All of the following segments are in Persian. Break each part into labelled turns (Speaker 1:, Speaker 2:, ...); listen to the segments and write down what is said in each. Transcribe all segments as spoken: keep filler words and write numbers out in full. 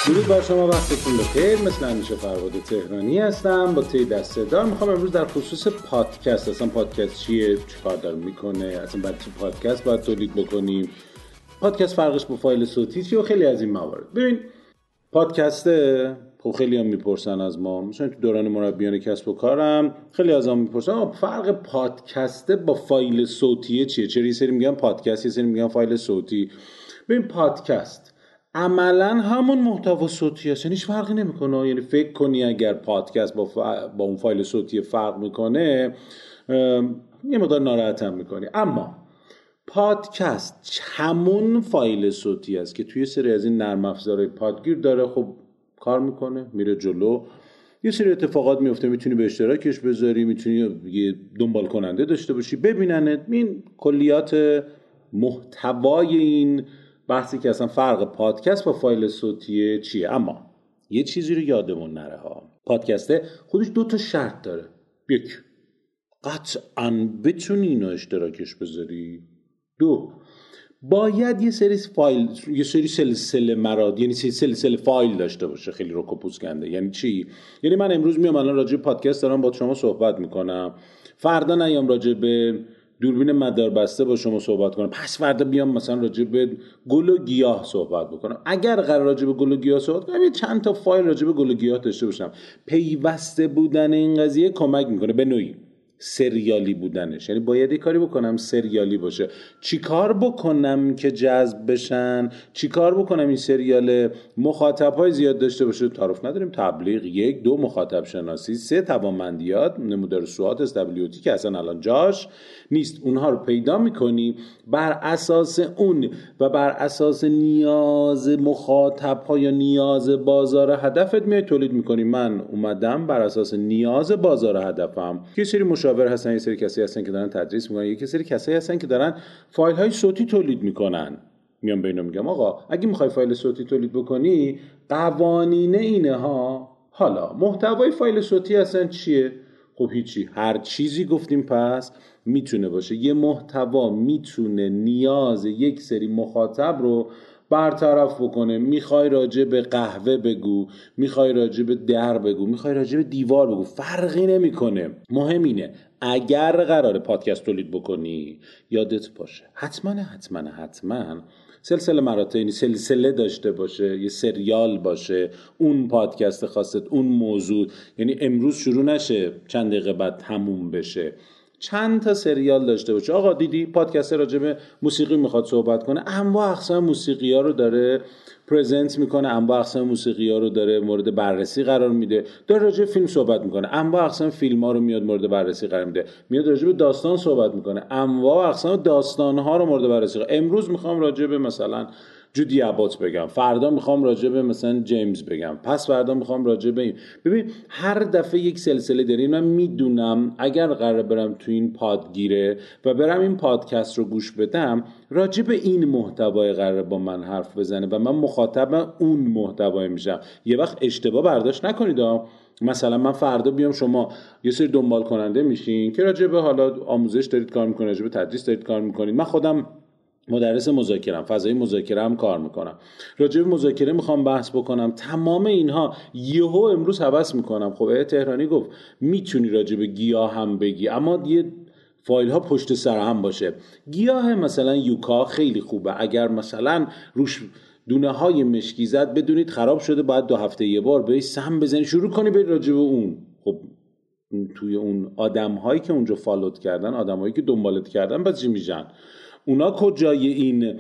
Speaker 1: درود بر شما، وقتتون بخیر. مثل همیشه فرهاد تهرانی هستم با تی دسته دار. میخوام امروز در خصوص پادکست، اصلا پادکست چیه، چیکار داره میکنه، اصلا برای چی پادکست باید تولید بکنیم، پادکست فرقش با فایل صوتی چیه و خیلی از این موارد. ببین پادکسته، خب خیلی هم میپرسن از ما، مثلا تو دوران مربیان کسب و کارم خیلی از ما میپرسن فرق پادکسته با فایل صوتیه چیه. چرا یه سری میگن پادکست، یه سری میگن فایل صوتی. ببین پادکست عملاً همون محتوا صوتی هست، یعنی هیچ فرقی نمیکنه. یعنی فکر کنی اگر پادکست با, ف... با اون فایل صوتی فرق میکنه یه مقدار ناراحت هم میکنی. اما پادکست همون فایل صوتی است که توی سری از این نرم افزارهای پادگیر داره خب کار میکنه، میره جلو، یه سری اتفاقات میفته، میتونی به اشتراکش بذاری، میتونی یه دنبال کننده داشته باشی ببیننت. این کلیات محتوای این بحثی که اصلا فرق پادکست با فایل صوتیه چیه. اما یه چیزی رو یادمون نره ها، پادکسته خودش دو تا شرط داره. یک، قطعاً بتونی اینو اشتراکش بذاری. دو، باید یه سری فایل، یه سری سلسله مراد، یعنی سلسله فایل داشته باشه. خیلی رک و پوسکنده. یعنی چی؟ یعنی من امروز میام الان راجع به پادکست دارم با شما صحبت میکنم، فردا نیام راجع به دوربین مداربسته با شما صحبت کنم، پس فردا بیام مثلا راجع به گل و گیاه صحبت بکنم. اگر قرار راجع به گل و گیاه صحبت کنم یه چند تا فایل راجع به گل و گیاه داشته باشم. پیوسته بودن این قضیه کمک میکنه به نوعی سریالی بودنش. یعنی باید یه کاری بکنم سریالی باشه. چی کار بکنم که جذب بشن؟ چی کار بکنم این سریال مخاطب‌های زیاد داشته باشه؟ تعارف نداریم. تبلیغ. یک. دو، مخاطب شناسی. سه، توانمندیات، نمودار سوات اس دبلیو تی که اصلا الان جاش نیست. اونها رو پیدا میکنی، بر اساس اون و بر اساس نیاز مخاطب‌ها یا نیاز بازار هدفت میای تولید میکنی. من اومدم بر اساس نیاز بازار هدفم، یه سری مشاور هستن، یه سری کسی هستن که دارن تدریس میکنن، یه سری کسایی هستن که دارن فایل های صوتی تولید میکنن. میام به اینا میگم آقا اگه میخوای فایل صوتی تولید بکنی قوانین اینه ها. حالا محتوای فایل صوتی اصلا چیه؟ خب هیچی، هر چیزی گفتیم پس میتونه باشه. یه محتوا میتونه نیاز یک سری مخاطب رو برطرف بکنه. میخوای راجع به قهوه بگو، میخوای راجع به در بگو، میخوای راجع به دیوار بگو، فرقی نمیکنه. مهم اینه اگر قراره پادکست تولید بکنی یادت باشه حتما حتما حتما سلسله مراتب، یعنی سلسله داشته باشه، یه سریال باشه، اون پادکست خاصت، اون موضوع. یعنی امروز شروع نشه چند دقیقه بعد تموم بشه، چند تا سریال داشته باشه. آقا دیدی پادکست راجع به موسیقی میخواد صحبت کنه، انواع اقسام موسیقی ها رو داره پرزنت میکنه، انواع اقسام موسیقی ها رو داره مورد بررسی قرار میده. داره راجع به فیلم صحبت میکنه، انواع اقسام فیلم ها رو میاد مورد بررسی قرار میده. میاد راجع به داستان صحبت میکنه، انواع اقسام داستان ها رو مورد بررسی قرار. امروز میخوام راجع به مثلا جودی ابات بگم، فردا میخوام راجع به مثلا جیمز بگم، پس فردا میخوام راجع به این. ببین هر دفعه یک سلسله داریم. من میدونم اگر قرار برم تو این پادگیره و برم این پادکست رو گوش بدم راجع به این محتوای قرار با من حرف بزنه و من مخاطب اون محتوای میشم. یه وقت اشتباه برداشت نکنید ها. مثلا من فردا بیام شما یه سری دنبال کننده میشین که راجع به حالا آموزش دارید کار میکنید، راجع به تدریس دارید کار میکنید. من خودم مدرس مذاکرم، فضای مذاکره هم کار میکنم، راجع به مذاکره میخوام بحث بکنم. تمام اینها یهو امروز هوس میکنم. خب ای تهرانی گفت میتونی راجع به گیاه هم بگی اما یه فایل ها پشت سر هم باشه. گیاه مثلا یوکا خیلی خوبه، اگر مثلا روش دونه های مشکی زد بدونید خراب شده، باید دو هفته یه بار بهش سم بزنی، شروع کنی به راجع به اون. خب توی اون آدم هایی که اونجا فالوت کردن، آدم هایی که دنبالت کردن بعد چی میشن؟ اونا کجای این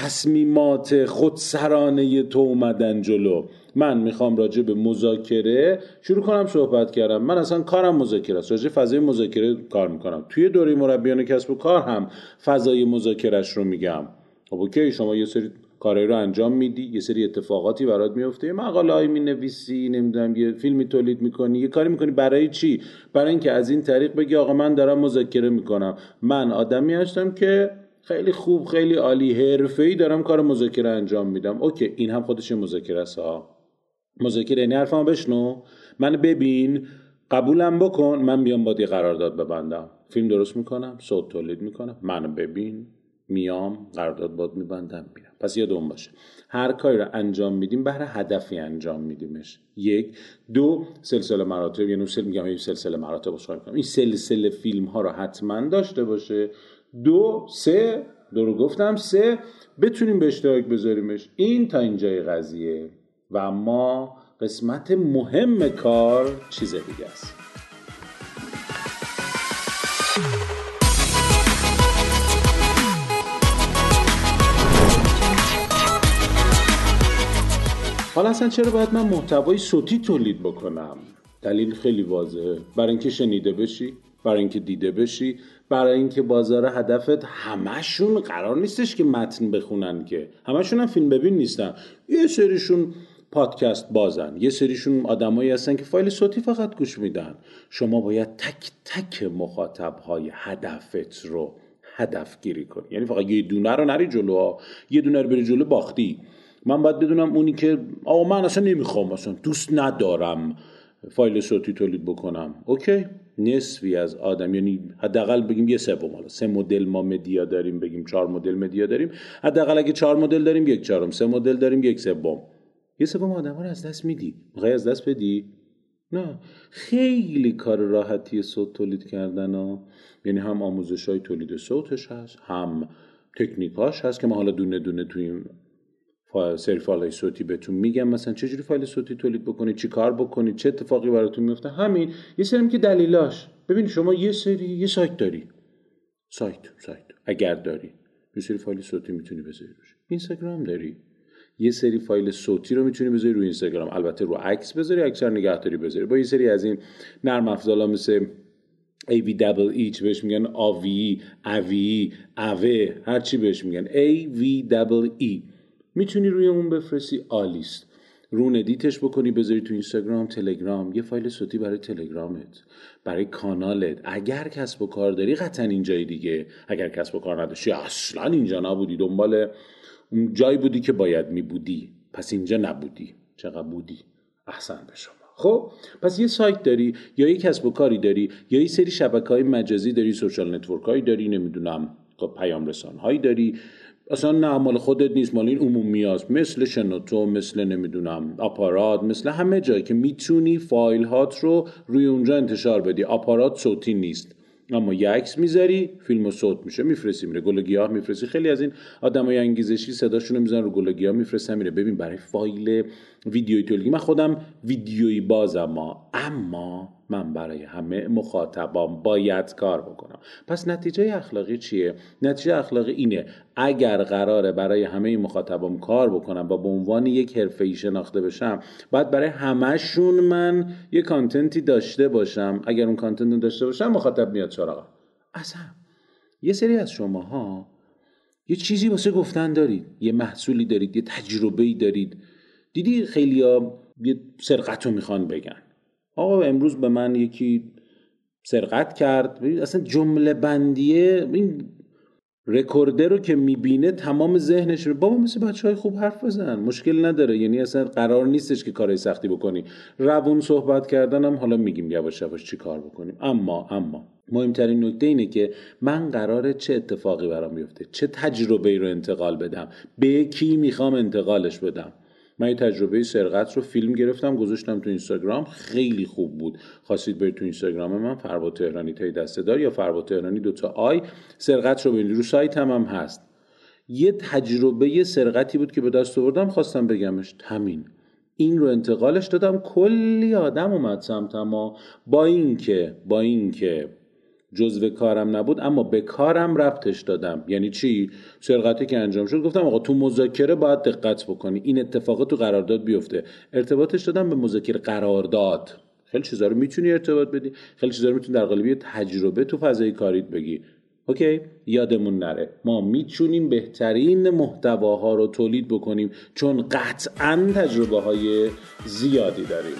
Speaker 1: تصمیمات خودسرانه تو اومدن جلو؟ من میخوام راجع به مذاکره شروع کنم صحبت کردم. من اصلا کارم مذاکره است، راجع فضای مذاکره کار میکنم. توی دوره مربیان کسب و کار هم فضای مذاکرهش رو میگم. خب اوکی، شما یه سری کارایی رو انجام میدی، یه سری اتفاقاتی برات میفته، یه مقاله‌ای مینویسی، نمیدونم یه فیلمی تولید میکنی، یه کاری میکنی. برای چی؟ برای اینکه از این طریق بگی آقا من دارم مذاکره میکنم، من آدمی هستم که خیلی خوب، خیلی عالی، حرفه‌ای دارم کار مذاکره انجام میدم. اوکی، این هم خودش مذاکره است ها. مذاکره یعنی حرفمو بشنو، من ببین، قبولم بکن، من بیام با دی قرارداد ببندم، فیلم درست میکنم، صوت تولید میکنم، منو ببین، میام قرارداد باد میبندم میرم. پس یادمون باشه هر کاری رو انجام میدیم بهر هدفی انجام میدیمش. یک. دو، سلسله مراتب، یعنی سل میگم این سلسله مراتب رو کنم، این سلسله فیلم ها رو حتما داشته باشه. دو. سه، دو رو گفتم. سه، بتونیم به اشتراک بذاریمش. این تا اینجای قضیه. و اما قسمت مهم کار چیز دیگه است. حالا اصلا چرا باید من محتوای صوتی تولید بکنم؟ دلیل خیلی واضحه. برای اینکه شنیده بشی، برای اینکه دیده بشی، برای اینکه بازار هدفت همشون قرار نیستش که متن بخونن، که همشون هم فیلم ببین نیستن. یه سریشون پادکست بازن، یه سریشون آدمایی هستن که فایل صوتی فقط گوش میدن. شما باید تک تک مخاطبهای هدفت رو هدف گیری کنی. یعنی فقط یه دونه رو نری جلو، یه دونه رو بری جلو باختی. من باید بدونم اونی که آقا من اصلا نمیخوام، اصلا دوست ندارم فایل صوتی تولید بکنم. اوکی، نصفی از آدم، یعنی حداقل بگیم یه سوم، حالا سه مدل ما مدیا داریم، بگیم چهار مدل مدیا داریم، حداقل اگه چهار مدل داریم یک چهارم، سه مدل داریم یک سوم. یه سوم آدم‌ها رو از دست میدی. میخوای از دست بدی؟ نه. خیلی کار راحتی صوت تولید کردن ها. یعنی هم آموزش‌های تولید صوتش هست، هم تکنیکاش هست که ما حالا دونه دونه تو این سری فایل صوتی بهتون میگم مثلا چه جوری فایل صوتی تولید بکنید، چی کار بکنید، چه اتفاقی براتون میفته. همین یه سری که دلیلاش. ببین شما یه سری یه سایت داری، سایت سایت اگر داری یه سری فایل صوتی میتونی بذاری روش. اینستاگرام داری، یه سری فایل صوتی رو میتونی بذاری روی اینستاگرام، البته رو عکس بذاری، اکثر نگهداری بذاری با یه سری از این نرم افزارا مثل ای وی دبل ای چه بهش میگن، آوی، اوی، اوه، هر چی بهش میگن، ای وی دبل ای میتونی روی اون بفرستی. آلیست رون ادیتش بکنی بذاری تو اینستاگرام، تلگرام، یه فایل صوتی برای تلگرامت، برای کانالت. اگر کسب و کار داری قطعا اینجای دیگه. اگر کسب و کار نداشتی اصلا اینجا نبودی، دنبال اون جایی بودی که باید میبودی، پس اینجا نبودی. چقدر بودی؟ احسن به شما. خب پس یه سایت داری یا یه کسب و کاری داری یا یه سری شبکه‌های مجازی داری، سوشال نتورک‌هایی داری، نمیدونم پیام رسان‌هایی داری، اصلا نه مال خودت نیست، مال این عمومی هست، مثل شنوتو، مثل نمیدونم آپارات، مثل همه جایی که میتونی فایل هات رو روی اونجا انتشار بدی. آپارات صوتی نیست، اما یه عکس میذاری فیلم و صوت میشه، میفرستی میره. گل گیاه میفرستی. خیلی از این آدمای انگیزشی صداشون رو میذارن رو گل گیاه میفرستن میره. ببین برای فایل ویدیویی تولید، من خودم ویدیویی بازم، اما من برای همه مخاطبام باید کار بکنم. پس نتیجه اخلاقی چیه؟ نتیجه اخلاقی اینه اگر قراره برای همه مخاطبام کار بکنم و به عنوان یک حرفه‌ای شناخته بشم، باید برای همشون من یه کانتنتی داشته باشم. اگر اون کانتنت داشته باشم مخاطب میاد سراغم. اصلا یه سری از شماها یه چیزی واسه گفتن دارید، یه محصولی دارید، یه تجربه‌ای دارید. دیدی خیلیا یه سرقت رو میخوان بگن، آقا امروز به من یکی سرقت کرد. اصلا جمله بندیه این رکوردر رو که میبینه تمام ذهنش رو بابا مثل بچه های خوب حرف بزن، مشکل نداره. یعنی اصلا قرار نیستش که کارهای سختی بکنی. روون صحبت کردن هم حالا میگیم یواش یواش چی کار بکنیم. اما اما مهمترین نکته اینه که من قراره چه اتفاقی برام بیفته، چه تجربه‌ای رو انتقال بدم، به کی میخوام انتقالش بدم. من یه تجربه سرقت رو فیلم گرفتم گذاشتم تو اینستاگرام، خیلی خوب بود. خواستید برید تو اینستاگرام من فرباد تهرانی تای دسته‌دار یا فرباد تهرانی دوتا آی سرقت رو ببینید، رو سایت هم, هم هست. یه تجربه سرقتی بود که به دست آوردم، خواستم بگمش، همین. این رو انتقالش دادم، کلی آدم اومد سمتم، با اینکه با اینکه جزو کارم نبود اما به کارم ربطش دادم. یعنی چی؟ سرقتی که انجام شد گفتم آقا تو مذاکره باید دقت بکنی، این اتفاقات تو قرارداد بیفته. ارتباطش دادم به مذاکره قرارداد. خیلی چیزا رو میتونی ارتباط بدی، خیلی چیزا رو میتونی در قالب تجربه تو فضای کاریت بگی. اوکی، یادمون نره ما میتونیم بهترین محتواها رو تولید بکنیم چون قطعاً تجربه های زیادی داریم.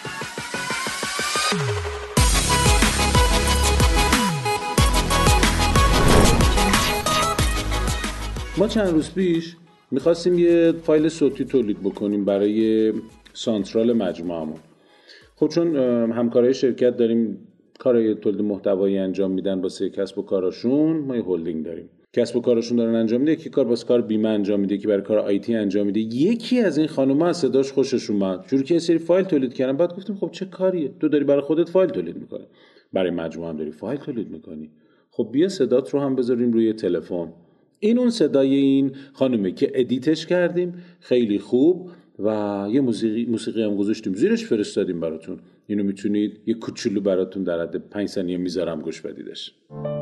Speaker 1: ما چند روز پیش میخواستیم یه فایل صوتی تولید بکنیم برای سانترال مجموعمون. خب چون همکارای شرکت داریم کارهای تولید محتوایی انجام میدن با سه کسب و کاراشون، ما یه هلدینگ داریم. کسب و کارشون دارن انجام میده، یکی کار واسه کار بیمه انجام میده، یکی برای کار آیتی انجام میده. یکی از این خانوما از صداش خوشش اومد، شروع که سری فایل تولید کردن. بعد گفتیم خب چه کاریه، تو داری برای خودت فایل تولید میکنی، برای مجموعه هم داری فایل تولید میکنی، خب بیا صدات رو هم بذاریم روی تلفن. این اون صدای این خانومه که ادیتش کردیم خیلی خوب و یه موسیقی موسیقی هم گذاشتیم زیرش فرستادیم براتون. اینو میتونید یه کوچولو براتون در حد پنج ثانیه میذارم گوش بدیدش.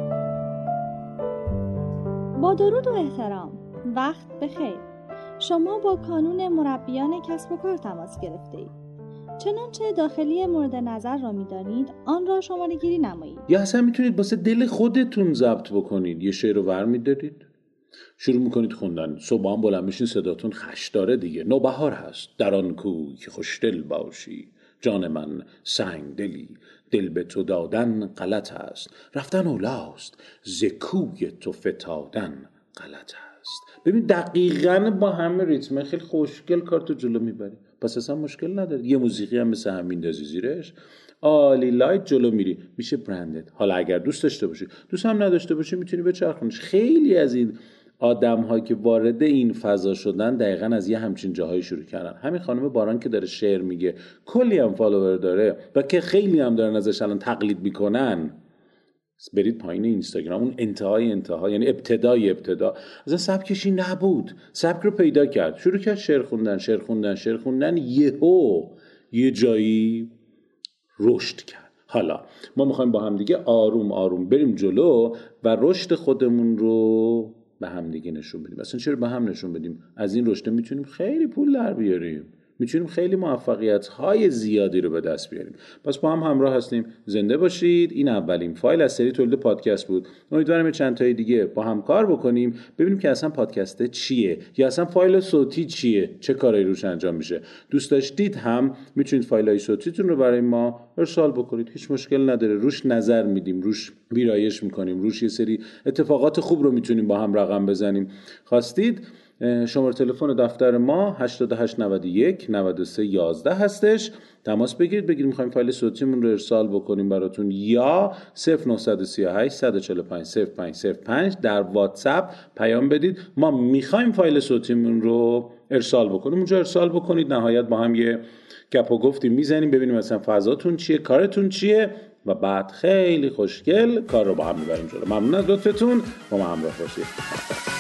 Speaker 2: با درود و احترام، وقت بخیر. شما با کانون مربیان کسب و کار تماس گرفته اید. چنانچه داخلی مورد نظر را می‌دانید آن را شماره گیری نمایید.
Speaker 1: یا اصلا میتونید واسه دل خودتون ضبط بکنید. یه شعر رو ور می‌دارید، شروع میکنید خوندن، صبح هم بلند میشین صداتون خشداره دیگه. نوبهار هست در آن کوی که خوشدل باشی، جان من سنگ دلی، دل به تو دادن غلط است، رفتن اولاست ز کوی تو فتادن غلط است. ببین دقیقاً با همه ریتم خیلی خوشگل کارتو جلو میبری، پس اصلا مشکل نداره. یه موسیقی هم مثل همین دازی زیرش، عالی لایت جلو میری، میشه برندد. حالا اگر دوست داشته باشی، دوست هم نداشته باشی، میتونی بچرخونیش. خیلی از این آدم هایی که وارد این فضا شدن دقیقاً از یه همچین جاهایی شروع کردن. همین خانم باران که داره شعر میگه، کلی هم فالوور داره و که خیلی هم دارن ازش الان تقلید میکنن. برید پایین اینستاگرام، اون انتهای انتها، یعنی ابتدای ابتدا، اصلا سبکشی نبود، سبک رو پیدا کرد، شروع کرد شعر خوندن شعر خوندن شعر خوندن یهو یه جایی رشد کرد. حالا ما میخوایم با هم دیگه آروم آروم بریم جلو و رشد خودمون رو به هم دیگه نشون بدیم. اصلا چرا به هم نشون بدیم؟ از این رشد میتونیم خیلی پول در بیاریم، میتونیم خیلی موفقیت های زیادی رو به دست بیاریم. پس با هم همراه هستیم. زنده باشید. این اولین فایل از سری تولید پادکست بود. امیدوارم چند تای دیگه با هم کار بکنیم، ببینیم که اصلا پادکست چیه، یا اصلا فایل صوتی چیه، چه کارایی روش انجام میشه. دوست داشتید هم میتونید فایل‌های صوتیتون رو برای ما ارسال بکنید، هیچ مشکل نداره. روش نظر میدیم، روش ویرایش میکنیم، روش یه سری اتفاقات خوب رو میتونیم با هم رقم بزنیم. خواستید شماره تلفن دفتر ما هشت هشت نه یک نه سه یک یک هستش. تماس بگیرید، بگید میخوایم فایل صوتیمون رو ارسال بکنیم براتون، یا صفر نه سه هشت یک چهار پنج صفر پنج صفر پنج در واتساپ پیام بدید ما میخوایم فایل صوتیمون رو ارسال بکنیم. اونجا ارسال بکنید، نهایت با هم یه گپ و گفتی میزنیم، ببینیم مثلا فضاتون چیه، کارتون چیه، و بعد خیلی خوشگل کار رو با هم میبریم جلو. ممنون از لطفتون، با ما همراه باشید.